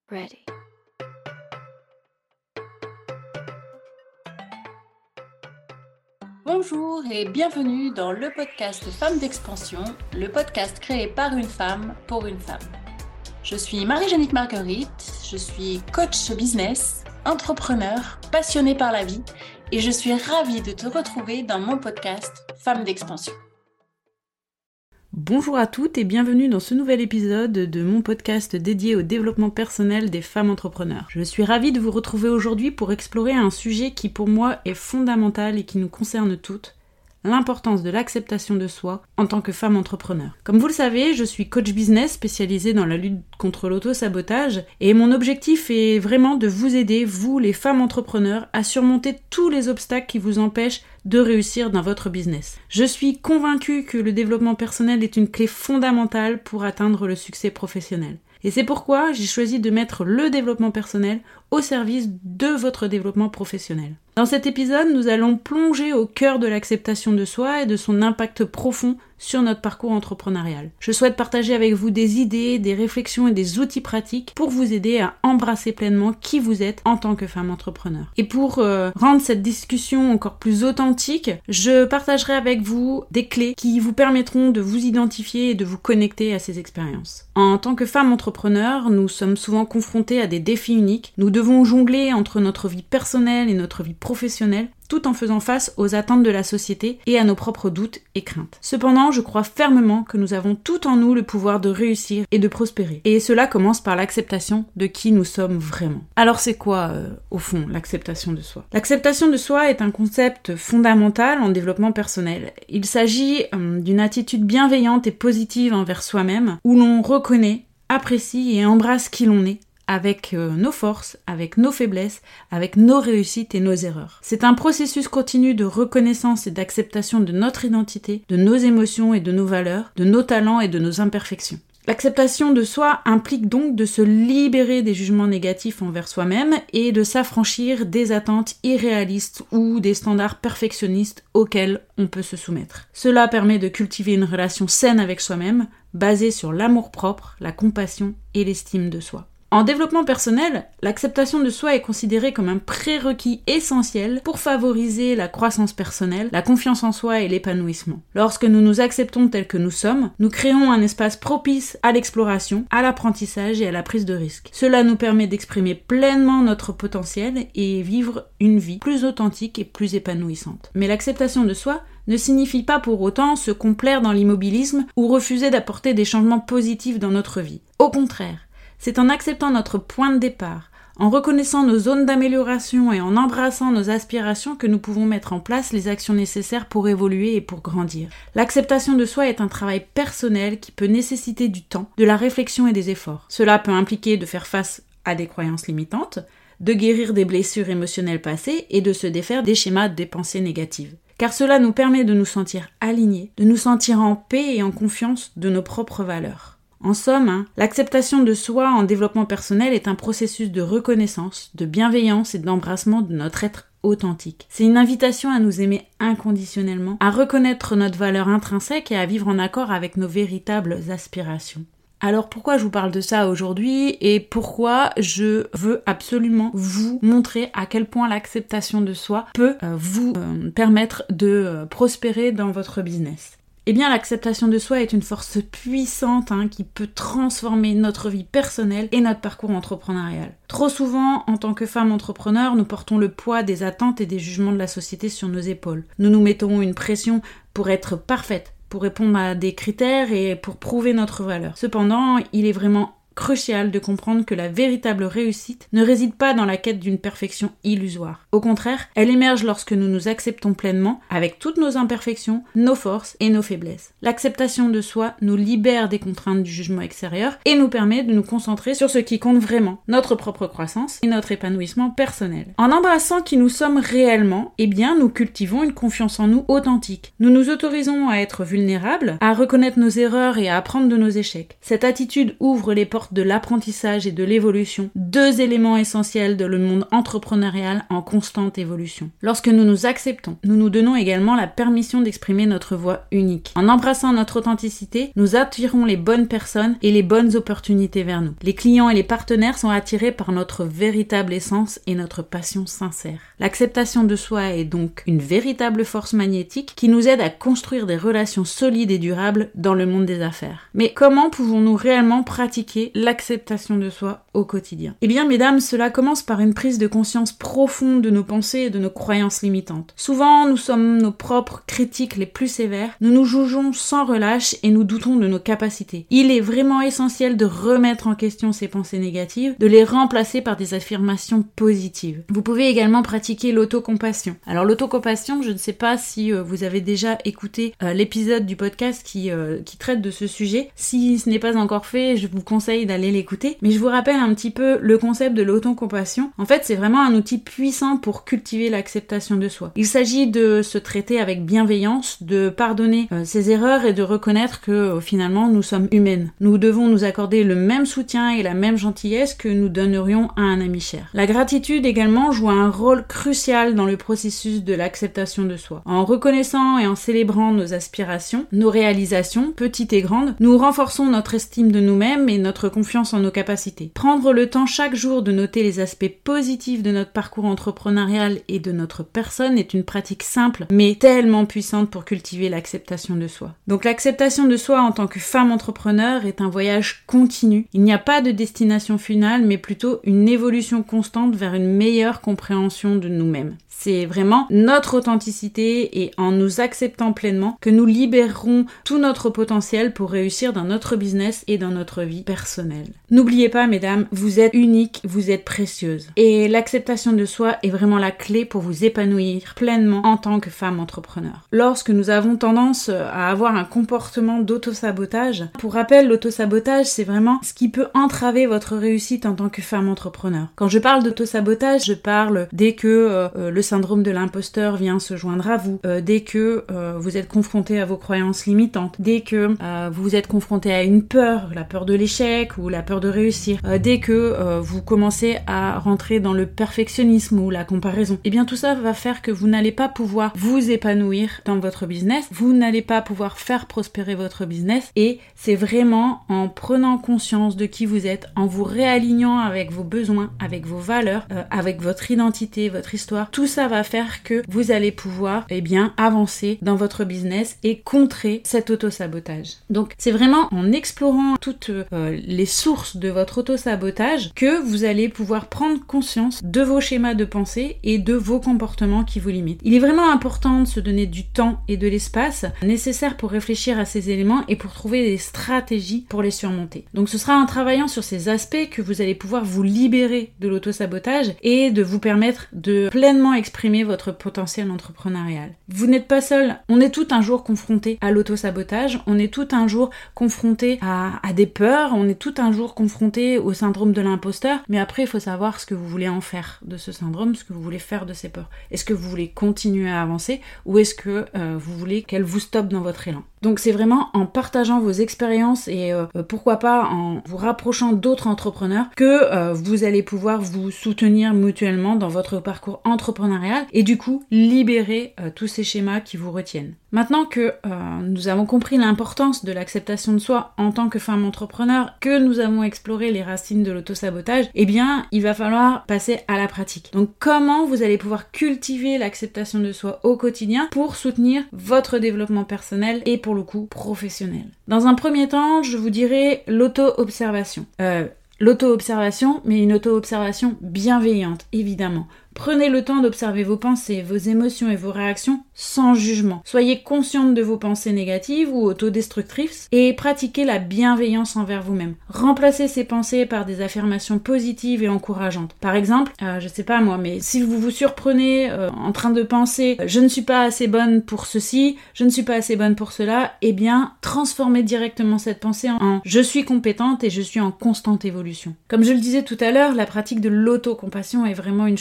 Ready. Bonjour et bienvenue dans le podcast Femmes d'Expansion, le podcast créé par une femme pour une femme. Je suis Marie-Jeannick Marguerite, je suis coach business, entrepreneur, passionnée par la vie et je suis ravie de te retrouver dans mon podcast Femmes d'Expansion. Bonjour à toutes et bienvenue dans ce nouvel épisode de mon podcast dédié au développement personnel des femmes entrepreneurs. Je suis ravie de vous retrouver aujourd'hui pour explorer un sujet qui pour moi est fondamental et qui nous concerne toutes, l'importance de l'acceptation de soi en tant que femme entrepreneur. Comme vous le savez, je suis coach business spécialisée dans la lutte contre l'auto-sabotage et mon objectif est vraiment de vous aider, vous les femmes entrepreneurs, à surmonter tous les obstacles qui vous empêchent de réussir dans votre business. Je suis convaincue que le développement personnel est une clé fondamentale pour atteindre le succès professionnel. Et c'est pourquoi j'ai choisi de mettre le développement personnel au service de votre développement professionnel. Dans cet épisode, nous allons plonger au cœur de l'acceptation de soi et de son impact profond sur notre parcours entrepreneurial. Je souhaite partager avec vous des idées, des réflexions et des outils pratiques pour vous aider à embrasser pleinement qui vous êtes en tant que femme entrepreneur. Et pour rendre cette discussion encore plus authentique, je partagerai avec vous des clés qui vous permettront de vous identifier et de vous connecter à ces expériences. En tant que femme entrepreneur, nous sommes souvent confrontés à des défis uniques. Nous devons jongler entre notre vie personnelle et notre vie professionnelle, tout en faisant face aux attentes de la société et à nos propres doutes et craintes. Cependant, je crois fermement que nous avons tout en nous le pouvoir de réussir et de prospérer. Et cela commence par l'acceptation de qui nous sommes vraiment. Alors c'est quoi, au fond, l'acceptation de soi ? L'acceptation de soi est un concept fondamental en développement personnel. Il s'agit d'une attitude bienveillante et positive envers soi-même, où l'on reconnaît, apprécie et embrasse qui l'on est, avec nos forces, avec nos faiblesses, avec nos réussites et nos erreurs. C'est un processus continu de reconnaissance et d'acceptation de notre identité, de nos émotions et de nos valeurs, de nos talents et de nos imperfections. L'acceptation de soi implique donc de se libérer des jugements négatifs envers soi-même et de s'affranchir des attentes irréalistes ou des standards perfectionnistes auxquels on peut se soumettre. Cela permet de cultiver une relation saine avec soi-même, basée sur l'amour-propre, la compassion et l'estime de soi. En développement personnel, l'acceptation de soi est considérée comme un prérequis essentiel pour favoriser la croissance personnelle, la confiance en soi et l'épanouissement. Lorsque nous nous acceptons tels que nous sommes, nous créons un espace propice à l'exploration, à l'apprentissage et à la prise de risque. Cela nous permet d'exprimer pleinement notre potentiel et vivre une vie plus authentique et plus épanouissante. Mais l'acceptation de soi ne signifie pas pour autant se complaire dans l'immobilisme ou refuser d'apporter des changements positifs dans notre vie. Au contraire, c'est en acceptant notre point de départ, en reconnaissant nos zones d'amélioration et en embrassant nos aspirations que nous pouvons mettre en place les actions nécessaires pour évoluer et pour grandir. L'acceptation de soi est un travail personnel qui peut nécessiter du temps, de la réflexion et des efforts. Cela peut impliquer de faire face à des croyances limitantes, de guérir des blessures émotionnelles passées et de se défaire des schémas des pensées négatives. Car cela nous permet de nous sentir alignés, de nous sentir en paix et en confiance de nos propres valeurs. En somme, l'acceptation de soi en développement personnel est un processus de reconnaissance, de bienveillance et d'embrassement de notre être authentique. C'est une invitation à nous aimer inconditionnellement, à reconnaître notre valeur intrinsèque et à vivre en accord avec nos véritables aspirations. Alors pourquoi je vous parle de ça aujourd'hui et pourquoi je veux absolument vous montrer à quel point l'acceptation de soi peut vous permettre de prospérer dans votre business. Eh bien, l'acceptation de soi est une force puissante qui peut transformer notre vie personnelle et notre parcours entrepreneurial. Trop souvent, en tant que femme entrepreneur, nous portons le poids des attentes et des jugements de la société sur nos épaules. Nous nous mettons une pression pour être parfaite, pour répondre à des critères et pour prouver notre valeur. Cependant, il est vraiment crucial de comprendre que la véritable réussite ne réside pas dans la quête d'une perfection illusoire. Au contraire, elle émerge lorsque nous nous acceptons pleinement, avec toutes nos imperfections, nos forces et nos faiblesses. L'acceptation de soi nous libère des contraintes du jugement extérieur et nous permet de nous concentrer sur ce qui compte vraiment, notre propre croissance et notre épanouissement personnel. En embrassant qui nous sommes réellement, nous cultivons une confiance en nous authentique. Nous nous autorisons à être vulnérables, à reconnaître nos erreurs et à apprendre de nos échecs. Cette attitude ouvre les portes de l'apprentissage et de l'évolution, 2 éléments essentiels de le monde entrepreneurial en constante évolution. Lorsque nous nous acceptons, nous nous donnons également la permission d'exprimer notre voix unique. En embrassant notre authenticité, nous attirons les bonnes personnes et les bonnes opportunités vers nous. Les clients et les partenaires sont attirés par notre véritable essence et notre passion sincère. L'acceptation de soi est donc une véritable force magnétique qui nous aide à construire des relations solides et durables dans le monde des affaires. Mais comment pouvons-nous réellement pratiquer l'acceptation de soi au quotidien ? Eh bien, mesdames, cela commence par une prise de conscience profonde de nos pensées et de nos croyances limitantes. Souvent, nous sommes nos propres critiques les plus sévères, nous nous jugeons sans relâche et nous doutons de nos capacités. Il est vraiment essentiel de remettre en question ces pensées négatives, de les remplacer par des affirmations positives. Vous pouvez également pratiquer l'autocompassion. Alors l'autocompassion, je ne sais pas si vous avez déjà écouté l'épisode du podcast qui traite de ce sujet. Si ce n'est pas encore fait, je vous conseille d'aller l'écouter. Mais je vous rappelle un petit peu le concept de l'autocompassion. En fait, c'est vraiment un outil puissant pour cultiver l'acceptation de soi. Il s'agit de se traiter avec bienveillance, de pardonner ses erreurs et de reconnaître que finalement nous sommes humaines. Nous devons nous accorder le même soutien et la même gentillesse que nous donnerions à un ami cher. La gratitude également joue un rôle crucial dans le processus de l'acceptation de soi. En reconnaissant et en célébrant nos aspirations, nos réalisations, petites et grandes, nous renforçons notre estime de nous-mêmes et notre confiance en nos capacités. Prendre le temps chaque jour de noter les aspects positifs de notre parcours entrepreneurial et de notre personne est une pratique simple mais tellement puissante pour cultiver l'acceptation de soi. Donc l'acceptation de soi en tant que femme entrepreneur est un voyage continu. Il n'y a pas de destination finale mais plutôt une évolution constante vers une meilleure compréhension de nous-mêmes. C'est vraiment notre authenticité et en nous acceptant pleinement que nous libérerons tout notre potentiel pour réussir dans notre business et dans notre vie personnelle. N'oubliez pas, mesdames, vous êtes uniques, vous êtes précieuses. Et l'acceptation de soi est vraiment la clé pour vous épanouir pleinement en tant que femme entrepreneur. Lorsque nous avons tendance à avoir un comportement d'auto-sabotage, pour rappel, l'auto-sabotage, c'est vraiment ce qui peut entraver votre réussite en tant que femme entrepreneur. Quand je parle d'auto-sabotage, je parle dès que le syndrome de l'imposteur vient se joindre à vous, dès que vous êtes confronté à vos croyances limitantes, dès que vous êtes confronté à une peur, la peur de l'échec ou la peur de réussir, dès que vous commencez à rentrer dans le perfectionnisme ou la comparaison, et bien tout ça va faire que vous n'allez pas pouvoir vous épanouir dans votre business, vous n'allez pas pouvoir faire prospérer votre business et c'est vraiment en prenant conscience de qui vous êtes, en vous réalignant avec vos besoins, avec vos valeurs, avec votre identité, votre histoire, tout ça va faire que vous allez pouvoir avancer dans votre business et contrer cet auto-sabotage. Donc c'est vraiment en explorant toutes les sources de votre auto-sabotage que vous allez pouvoir prendre conscience de vos schémas de pensée et de vos comportements qui vous limitent. Il est vraiment important de se donner du temps et de l'espace nécessaire pour réfléchir à ces éléments et pour trouver des stratégies pour les surmonter. Donc ce sera en travaillant sur ces aspects que vous allez pouvoir vous libérer de l'auto-sabotage et de vous permettre de pleinement exprimer votre potentiel entrepreneurial. Vous n'êtes pas seul, on est tout un jour confronté à l'auto-sabotage, on est tout un jour confronté à des peurs, on est tout un jour confronté au syndrome de l'imposteur, mais après il faut savoir ce que vous voulez en faire de ce syndrome, ce que vous voulez faire de ces peurs. Est-ce que vous voulez continuer à avancer ou est-ce que vous voulez qu'elle vous stoppe dans votre élan? Donc c'est vraiment en partageant vos expériences et pourquoi pas en vous rapprochant d'autres entrepreneurs que vous allez pouvoir vous soutenir mutuellement dans votre parcours entrepreneurial et du coup libérer tous ces schémas qui vous retiennent. Maintenant que nous avons compris l'importance de l'acceptation de soi en tant que femme entrepreneur, que nous avons exploré les racines de l'autosabotage, eh bien il va falloir passer à la pratique. Donc comment vous allez pouvoir cultiver l'acceptation de soi au quotidien pour soutenir votre développement personnel et pour le coup professionnel. Dans un premier temps, je vous dirais l'auto-observation. L'auto-observation, mais une auto-observation bienveillante, évidemment. Prenez le temps d'observer vos pensées, vos émotions et vos réactions sans jugement. Soyez consciente de vos pensées négatives ou autodestructrices et pratiquez la bienveillance envers vous-même. Remplacez ces pensées par des affirmations positives et encourageantes. Par exemple, je sais pas moi, mais si vous vous surprenez en train de penser « je ne suis pas assez bonne pour ceci, je ne suis pas assez bonne pour cela », eh bien, transformez directement cette pensée en « je suis compétente et je suis en constante évolution ». Comme je le disais tout à l'heure, la pratique de l'autocompassion est vraiment une chose essentielle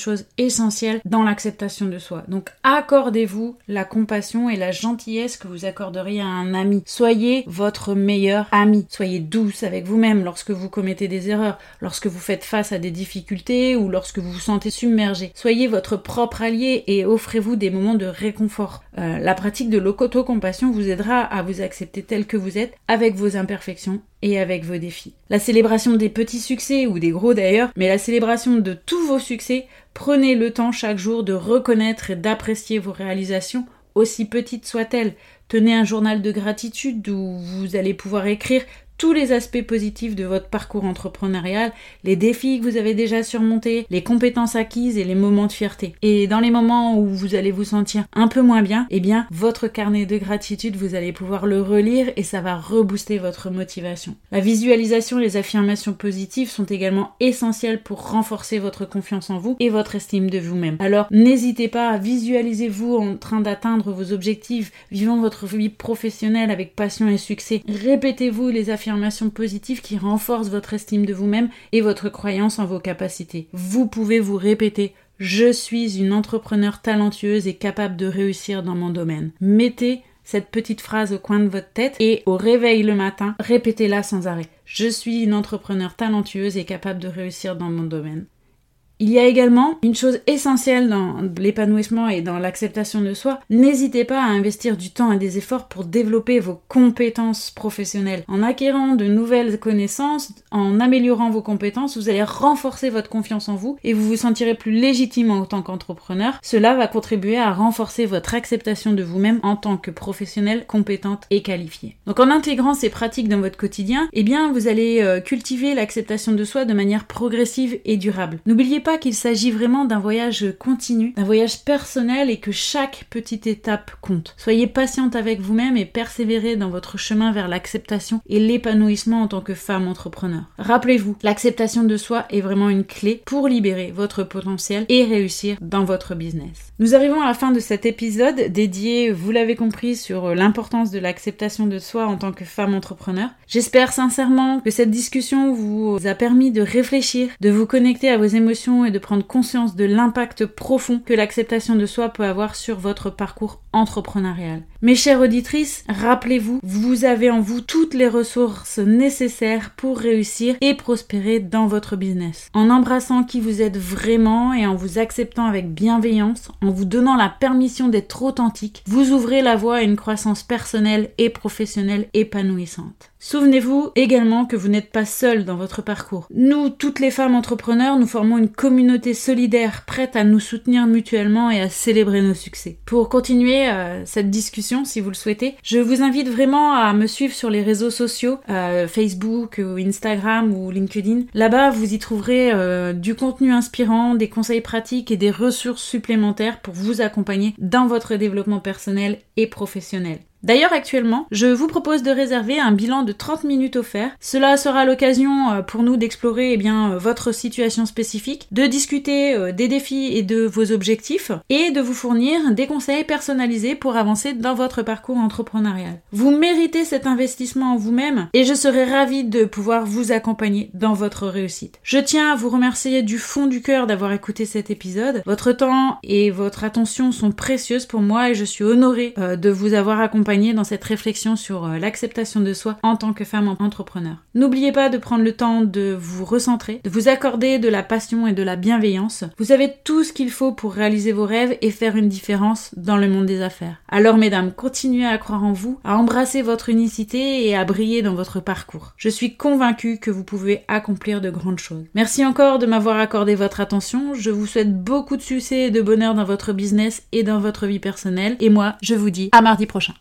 essentiel dans l'acceptation de soi. Donc accordez-vous la compassion et la gentillesse que vous accorderiez à un ami. Soyez votre meilleur ami. Soyez douce avec vous-même lorsque vous commettez des erreurs, lorsque vous faites face à des difficultés ou lorsque vous vous sentez submergé. Soyez votre propre allié et offrez-vous des moments de réconfort. La pratique de l'autocompassion vous aidera à vous accepter tel que vous êtes, avec vos imperfections et avec vos défis. La célébration des petits succès, ou des gros d'ailleurs, mais la célébration de tous vos succès, prenez le temps chaque jour de reconnaître et d'apprécier vos réalisations, aussi petites soient-elles. Tenez un journal de gratitude où vous allez pouvoir écrire tous les aspects positifs de votre parcours entrepreneurial, les défis que vous avez déjà surmontés, les compétences acquises et les moments de fierté. Et dans les moments où vous allez vous sentir un peu moins bien, eh bien, votre carnet de gratitude, vous allez pouvoir le relire et ça va rebooster votre motivation. La visualisation et les affirmations positives sont également essentielles pour renforcer votre confiance en vous et votre estime de vous-même. Alors, n'hésitez pas à visualiser-vous en train d'atteindre vos objectifs, vivant votre vie professionnelle avec passion et succès. Répétez-vous les affirmations positives qui renforcent votre estime de vous-même et votre croyance en vos capacités. Vous pouvez vous répéter « Je suis une entrepreneure talentueuse et capable de réussir dans mon domaine ». Mettez cette petite phrase au coin de votre tête et au réveil le matin, répétez-la sans arrêt. « Je suis une entrepreneure talentueuse et capable de réussir dans mon domaine ». Il y a également une chose essentielle dans l'épanouissement et dans l'acceptation de soi. N'hésitez pas à investir du temps et des efforts pour développer vos compétences professionnelles. En acquérant de nouvelles connaissances, en améliorant vos compétences, vous allez renforcer votre confiance en vous et vous vous sentirez plus légitime en tant qu'entrepreneur. Cela va contribuer à renforcer votre acceptation de vous-même en tant que professionnelle compétente et qualifiée. Donc en intégrant ces pratiques dans votre quotidien, eh bien vous allez cultiver l'acceptation de soi de manière progressive et durable. N'oubliez pas qu'il s'agit vraiment d'un voyage continu, d'un voyage personnel et que chaque petite étape compte. Soyez patiente avec vous-même et persévérez dans votre chemin vers l'acceptation et l'épanouissement en tant que femme entrepreneur. Rappelez-vous, l'acceptation de soi est vraiment une clé pour libérer votre potentiel et réussir dans votre business. Nous arrivons à la fin de cet épisode dédié, vous l'avez compris, sur l'importance de l'acceptation de soi en tant que femme entrepreneur. J'espère sincèrement que cette discussion vous a permis de réfléchir, de vous connecter à vos émotions et de prendre conscience de l'impact profond que l'acceptation de soi peut avoir sur votre parcours entrepreneurial. Mes chères auditrices, rappelez-vous, vous avez en vous toutes les ressources nécessaires pour réussir et prospérer dans votre business. En embrassant qui vous êtes vraiment et en vous acceptant avec bienveillance, en vous donnant la permission d'être authentique, vous ouvrez la voie à une croissance personnelle et professionnelle épanouissante. Souvenez-vous également que vous n'êtes pas seul dans votre parcours. Nous, toutes les femmes entrepreneurs, nous formons une communauté solidaire prête à nous soutenir mutuellement et à célébrer nos succès. Pour continuer cette discussion, si vous le souhaitez, je vous invite vraiment à me suivre sur les réseaux sociaux, Facebook, ou Instagram ou LinkedIn. Là-bas, vous y trouverez du contenu inspirant, des conseils pratiques et des ressources supplémentaires pour vous accompagner dans votre développement personnel et professionnel. D'ailleurs, actuellement, je vous propose de réserver un bilan de 30 minutes offert. Cela sera l'occasion pour nous d'explorer votre situation spécifique, de discuter des défis et de vos objectifs et de vous fournir des conseils personnalisés pour avancer dans votre parcours entrepreneurial. Vous méritez cet investissement en vous-même et je serai ravie de pouvoir vous accompagner dans votre réussite. Je tiens à vous remercier du fond du cœur d'avoir écouté cet épisode. Votre temps et votre attention sont précieuses pour moi et je suis honorée de vous avoir accompagné dans cette réflexion sur l'acceptation de soi en tant que femme entrepreneur. N'oubliez pas de prendre le temps de vous recentrer, de vous accorder de la passion et de la bienveillance. Vous avez tout ce qu'il faut pour réaliser vos rêves et faire une différence dans le monde des affaires. Alors mesdames, continuez à croire en vous, à embrasser votre unicité et à briller dans votre parcours. Je suis convaincue que vous pouvez accomplir de grandes choses. Merci encore de m'avoir accordé votre attention. Je vous souhaite beaucoup de succès et de bonheur dans votre business et dans votre vie personnelle. Et moi, je vous dis à mardi prochain.